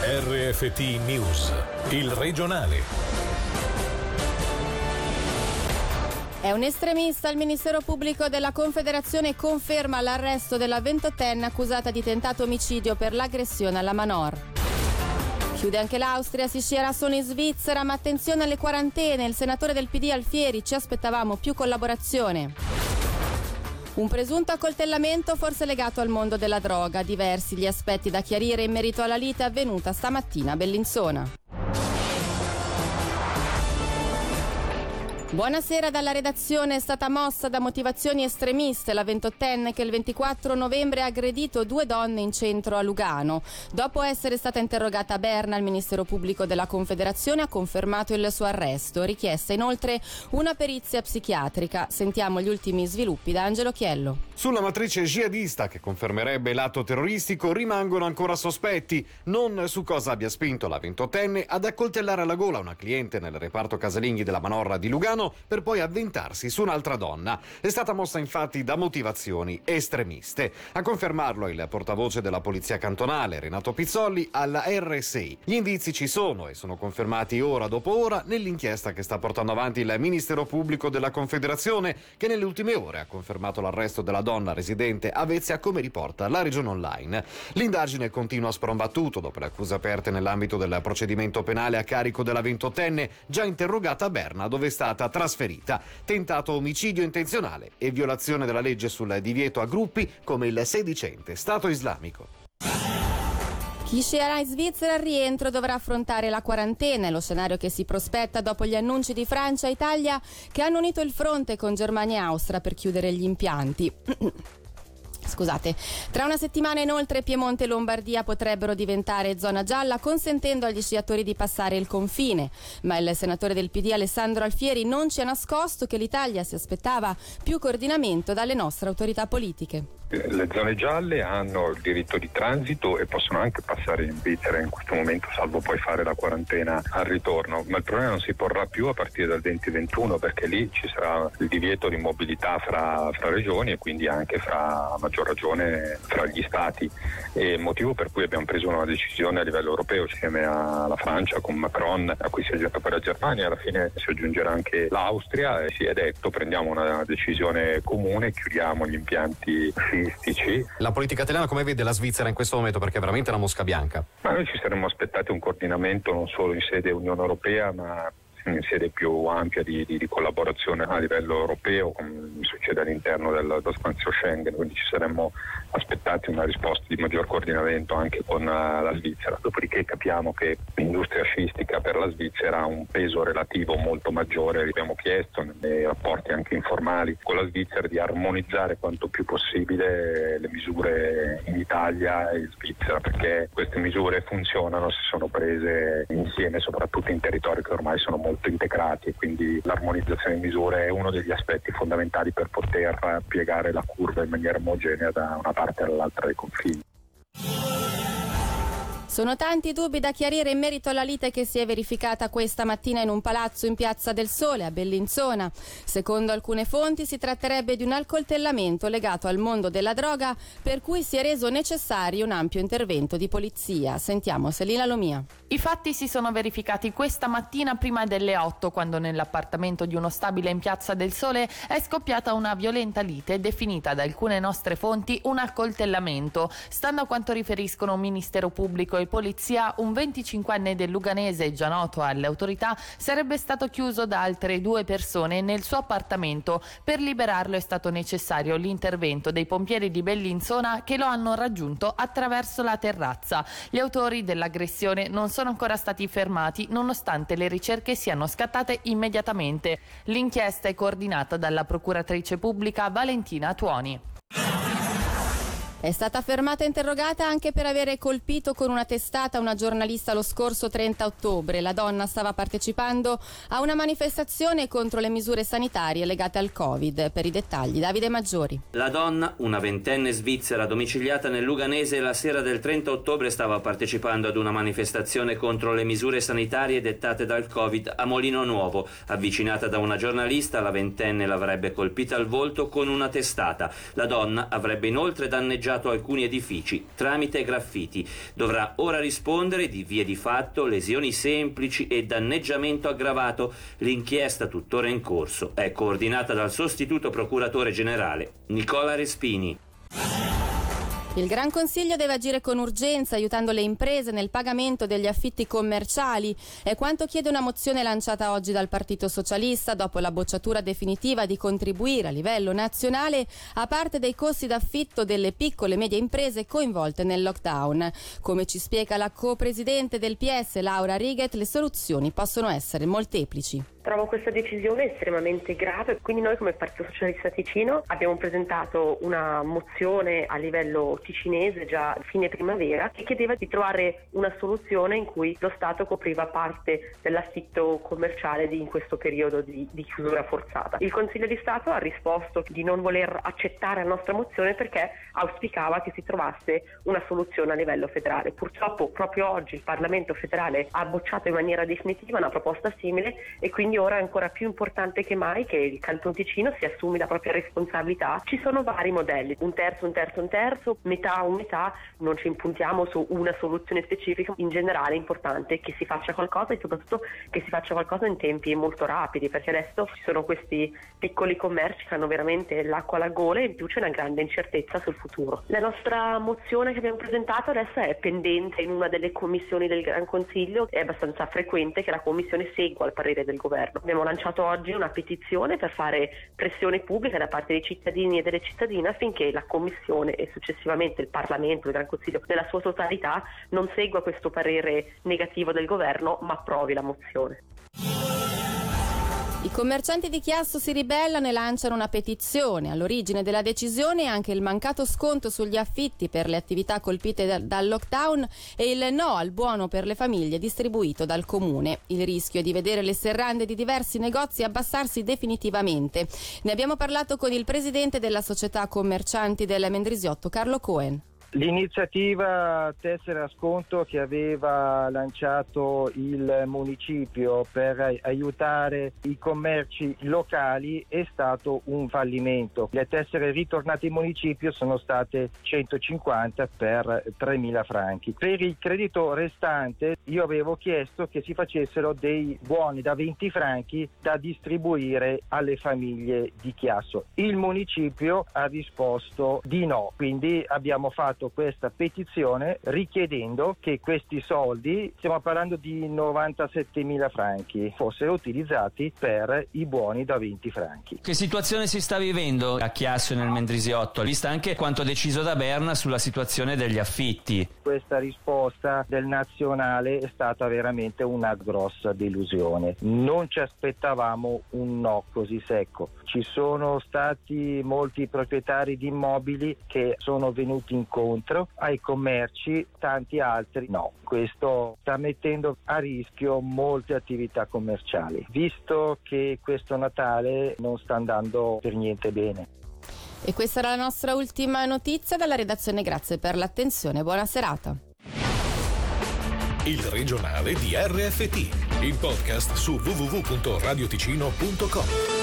RFT News, il regionale. È un estremista. Il Ministero Pubblico della Confederazione conferma l'arresto della 28enne accusata di tentato omicidio per l'aggressione alla Manor. Chiude anche l'Austria, si sciera solo in Svizzera, ma attenzione alle quarantene. Il senatore del PD Alfieri: ci aspettavamo più collaborazione. Un presunto accoltellamento forse legato al mondo della droga. Diversi gli aspetti da chiarire in merito alla lite avvenuta stamattina a Bellinzona. Buonasera dalla redazione. È stata mossa da motivazioni estremiste la 28enne che il 24 novembre ha aggredito 2 donne in centro a Lugano. Dopo essere stata interrogata a Berna, il Ministero Pubblico della Confederazione ha confermato il suo arresto. Richiesta inoltre una perizia psichiatrica. Sentiamo gli ultimi sviluppi da Angelo Chiello. Sulla matrice jihadista che confermerebbe l'atto terroristico rimangono ancora sospetti, non su cosa abbia spinto la 28enne ad accoltellare alla gola una cliente nel reparto casalinghi della Manorra di Lugano per poi avventarsi su un'altra donna. È stata mossa infatti da motivazioni estremiste. A confermarlo il portavoce della Polizia Cantonale, Renato Pizzolli, alla RSI. Gli indizi ci sono e sono confermati ora dopo ora nell'inchiesta che sta portando avanti il Ministero Pubblico della Confederazione, che nelle ultime ore ha confermato l'arresto della donna residente a Vezia, come riporta la Regione Online. L'indagine continua a sprombattuto dopo le accuse aperte nell'ambito del procedimento penale a carico della 28enne, già interrogata a Berna, dove è stata trasferita. Tentato omicidio intenzionale e violazione della legge sul divieto a gruppi come il sedicente Stato Islamico. Chi scerà in Svizzera al rientro dovrà affrontare la quarantena. È lo scenario che si prospetta dopo gli annunci di Francia e Italia, che hanno unito il fronte con Germania e Austria per chiudere gli impianti. Scusate. Tra una settimana inoltre Piemonte e Lombardia potrebbero diventare zona gialla, consentendo agli sciatori di passare il confine. Ma il senatore del PD Alessandro Alfieri non ci ha nascosto che l'Italia si aspettava più coordinamento dalle nostre autorità politiche. Le zone gialle hanno il diritto di transito e possono anche passare in Svizzera in questo momento, salvo poi fare la quarantena al ritorno, ma il problema non si porrà più a partire dal 2021, perché lì ci sarà il divieto di mobilità fra regioni e quindi anche a maggior ragione fra gli stati, e motivo per cui abbiamo preso una decisione a livello europeo insieme alla Francia con Macron, a cui si è aggiunta poi la Germania, alla fine si aggiungerà anche l'Austria, e si è detto prendiamo una decisione comune, chiudiamo gli impianti fistici. La politica italiana come vede la Svizzera in questo momento, perché è veramente una mosca bianca? Ma noi ci saremmo aspettati un coordinamento non solo in sede Unione Europea, ma in sede più ampia di collaborazione a livello europeo, come succede all'interno dello spazio Schengen, quindi ci saremmo aspettati una risposta di maggior coordinamento anche con la Svizzera. Dopodiché capiamo che l'industria sciistica per la Svizzera ha un peso relativo molto maggiore. Abbiamo chiesto nei rapporti anche informali con la Svizzera di armonizzare quanto più possibile le misure in Italia e in Svizzera, perché queste misure funzionano se sono prese insieme, soprattutto in territori che ormai sono molto integrati, e quindi l'armonizzazione di misure è uno degli aspetti fondamentali per poter piegare la curva in maniera omogenea da una parte all'altra dei confini. Sono tanti dubbi da chiarire in merito alla lite che si è verificata questa mattina in un palazzo in Piazza del Sole a Bellinzona. Secondo alcune fonti si tratterebbe di un accoltellamento legato al mondo della droga, per cui si è reso necessario un ampio intervento di polizia. Sentiamo Selina Lomia. I fatti si sono verificati questa mattina prima delle 8, quando nell'appartamento di uno stabile in Piazza del Sole è scoppiata una violenta lite definita da alcune nostre fonti un accoltellamento. Stando a quanto riferiscono Ministero Pubblico e Polizia, un 25enne del Luganese, già noto alle autorità, sarebbe stato chiuso da altre 2 persone nel suo appartamento. Per liberarlo è stato necessario l'intervento dei pompieri di Bellinzona, che lo hanno raggiunto attraverso la terrazza. Gli autori dell'aggressione non sono ancora stati fermati, nonostante le ricerche siano scattate immediatamente. L'inchiesta è coordinata dalla procuratrice pubblica Valentina Tuoni. È stata fermata e interrogata anche per avere colpito con una testata una giornalista lo scorso 30 ottobre. La donna stava partecipando a una manifestazione contro le misure sanitarie legate al Covid. Per i dettagli, Davide Maggiori. La donna, una 20enne svizzera domiciliata nel Luganese, la sera del 30 ottobre stava partecipando ad una manifestazione contro le misure sanitarie dettate dal Covid a Molino Nuovo. Avvicinata da una giornalista, la 20enne l'avrebbe colpita al volto con una testata. La donna avrebbe inoltre danneggiato danneggiato alcuni edifici tramite graffiti. Dovrà ora rispondere di vie di fatto, lesioni semplici e danneggiamento aggravato. L'inchiesta, tuttora in corso, è coordinata dal sostituto procuratore generale Nicola Respini. Il Gran Consiglio deve agire con urgenza aiutando le imprese nel pagamento degli affitti commerciali. È quanto chiede una mozione lanciata oggi dal Partito Socialista dopo la bocciatura definitiva di contribuire a livello nazionale a parte dei costi d'affitto delle piccole e medie imprese coinvolte nel lockdown. Come ci spiega la co-presidente del PS Laura Righet, le soluzioni possono essere molteplici. Trovo questa decisione estremamente grave, quindi noi come Partito Socialista Ticino abbiamo presentato una mozione a livello ticinese già a fine primavera che chiedeva di trovare una soluzione in cui lo Stato copriva parte dell'affitto commerciale in questo periodo di chiusura forzata. Il Consiglio di Stato ha risposto di non voler accettare la nostra mozione perché auspicava che si trovasse una soluzione a livello federale. Purtroppo proprio oggi il Parlamento federale ha bocciato in maniera definitiva una proposta simile e quindi ora è ancora più importante che mai che il Canton Ticino si assumi la propria responsabilità. Ci sono vari modelli, un terzo, metà, non ci impuntiamo su una soluzione specifica. In generale è importante che si faccia qualcosa e soprattutto che si faccia qualcosa in tempi molto rapidi, perché adesso ci sono questi piccoli commerci che hanno veramente l'acqua alla gola e in più c'è una grande incertezza sul futuro. La nostra mozione che abbiamo presentato adesso è pendente in una delle commissioni del Gran Consiglio. È abbastanza frequente che la commissione segua il parere del governo. Abbiamo lanciato oggi una petizione per fare pressione pubblica da parte dei cittadini e delle cittadine affinché la Commissione e successivamente il Parlamento, il Gran Consiglio nella sua totalità non segua questo parere negativo del governo ma approvi la mozione. I commercianti di Chiasso si ribellano e lanciano una petizione. All'origine della decisione anche il mancato sconto sugli affitti per le attività colpite dal lockdown e il no al buono per le famiglie distribuito dal comune. Il rischio è di vedere le serrande di diversi negozi abbassarsi definitivamente. Ne abbiamo parlato con il presidente della società commercianti del Mendrisiotto, Carlo Cohen. L'iniziativa tessera sconto che aveva lanciato il municipio per aiutare i commerci locali è stato un fallimento. Le tessere ritornate in municipio sono state 150 per 3.000 franchi. Per il credito restante io avevo chiesto che si facessero dei buoni da 20 franchi da distribuire alle famiglie di Chiasso. Il municipio ha risposto di no, quindi abbiamo fatto questa petizione richiedendo che questi soldi, stiamo parlando di 97.000 franchi, fossero utilizzati per i buoni da 20 franchi. Che situazione si sta vivendo a Chiasso e nel Mendrisiotto, vista anche quanto deciso da Berna sulla situazione degli affitti? Questa risposta del nazionale è stata veramente una grossa delusione. Non ci aspettavamo un no così secco. Ci sono stati molti proprietari di immobili che sono venuti incontro ai commerci, tanti altri no. Questo sta mettendo a rischio molte attività commerciali, visto che questo Natale non sta andando per niente bene. E questa era la nostra ultima notizia dalla redazione. Grazie per l'attenzione, buona serata. Il regionale di RFT, il podcast su www.radioticino.com.